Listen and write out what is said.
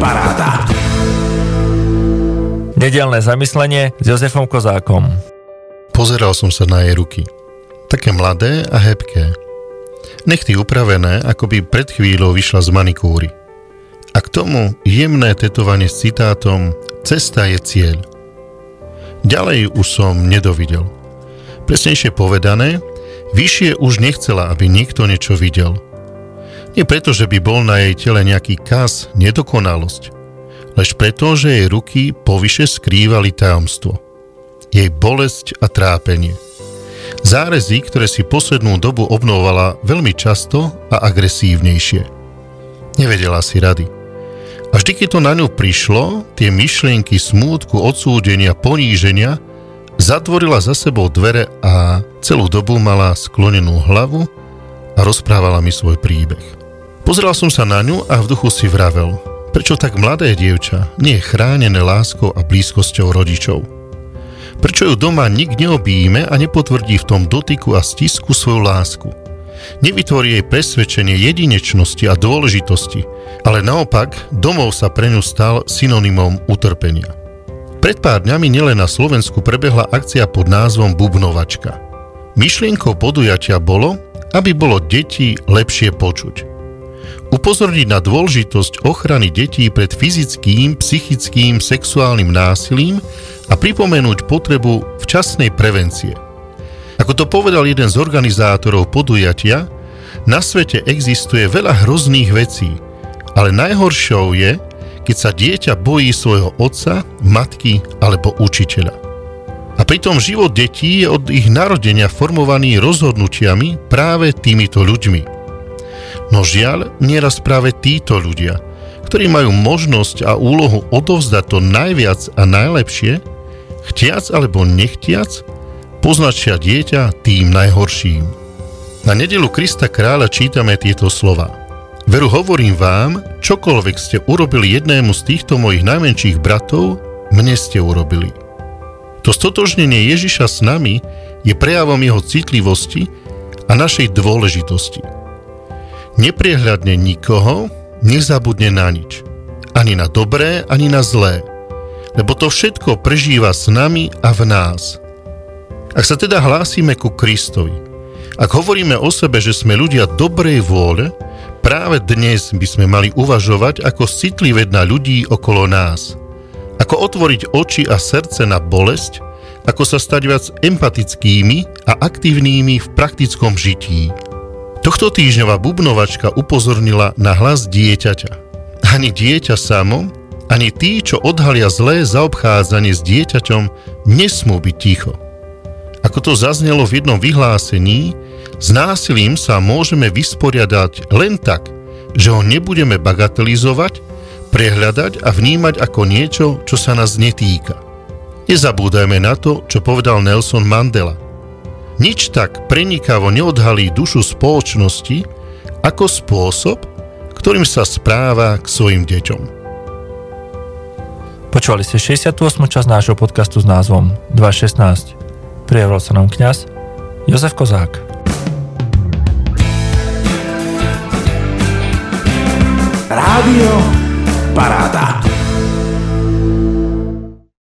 Paráda. Nedeľné zamyslenie s Jozefom Kozákom. Pozeral som sa na jej ruky. Také mladé a hebké. Nechty upravené, ako by pred chvíľou vyšla z manikúry. A k tomu jemné tetovanie s citátom Cesta je cieľ. Ďalej už som nedovidel. Presnejšie povedané, vyššie už nechcela, aby niekto niečo videl. Nie preto, že by bol na jej tele nejaký kaz, nedokonalosť, lež preto, že jej ruky povyše skrývali tajomstvo. Jej bolesť a trápenie. Zárezy, ktoré si poslednú dobu obnovovala veľmi často a agresívnejšie. Nevedela si rady. A vždy, keď to na ňu prišlo, tie myšlienky smútku, odsúdenia, poníženia, zatvorila za sebou dvere a celú dobu mala sklonenú hlavu a rozprávala mi svoj príbeh. Pozeral som sa na ňu a v duchu si vravel, prečo tak mladé dievča nie je chránené láskou a blízkosťou rodičov? Prečo ju doma nik neobíme a nepotvrdí v tom dotyku a stisku svoju lásku? Nevytvorí jej presvedčenie jedinečnosti a dôležitosti, ale naopak domov sa pre ňu stal synonymom utrpenia. Pred pár dňami nielen na Slovensku prebehla akcia pod názvom Bubnovačka. Myšlienkou podujatia bolo, aby bolo deti lepšie počuť. Upozorniť na dôležitosť ochrany detí pred fyzickým, psychickým, sexuálnym násilím a pripomenúť potrebu včasnej prevencie. Ako to povedal jeden z organizátorov podujatia, na svete existuje veľa hrozných vecí, ale najhoršou je, keď sa dieťa bojí svojho otca, matky alebo učiteľa. A pritom život detí je od ich narodenia formovaný rozhodnutiami práve týmito ľuďmi. No žiaľ, nieraz práve títo ľudia, ktorí majú možnosť a úlohu odovzdať to najviac a najlepšie, chtiac alebo nechtiac, poznačia dieťa tým najhorším. Na nedeľu Krista kráľa čítame tieto slová. Veru hovorím vám, čokoľvek ste urobili jednému z týchto mojich najmenších bratov, mne ste urobili. To stotožnenie Ježiša s nami je prejavom jeho citlivosti a našej dôležitosti. Nepriehľadne nikoho, nezabudne na nič. Ani na dobré, ani na zlé. Lebo to všetko prežíva s nami a v nás. Ak sa teda hlásime ku Kristovi, ak hovoríme o sebe, že sme ľudia dobrej vôle, práve dnes by sme mali uvažovať, ako citlivieť na ľudí okolo nás. Ako otvoriť oči a srdce na bolesť, ako sa stať viac empatickými a aktívnymi v praktickom žití. Tohto týždňová Bubnovačka upozornila na hlas dieťaťa. Ani dieťa samo, ani tí, čo odhalia zlé zaobchádzanie s dieťaťom, nesmú byť ticho. Ako to zaznelo v jednom vyhlásení, s násilím sa môžeme vysporiadať len tak, že ho nebudeme bagatelizovať, prehľadať a vnímať ako niečo, čo sa nás netýka. Nezabúdajme na to, čo povedal Nelson Mandela. Nič tak prenikavo neodhalí dušu spoločnosti ako spôsob, ktorým sa správa k svojim deťom. Počúvali ste 68. časť nášho podcastu s názvom 2.16. Prijavil sa nám kňaz Jozef Kozák. Rádio Paráda.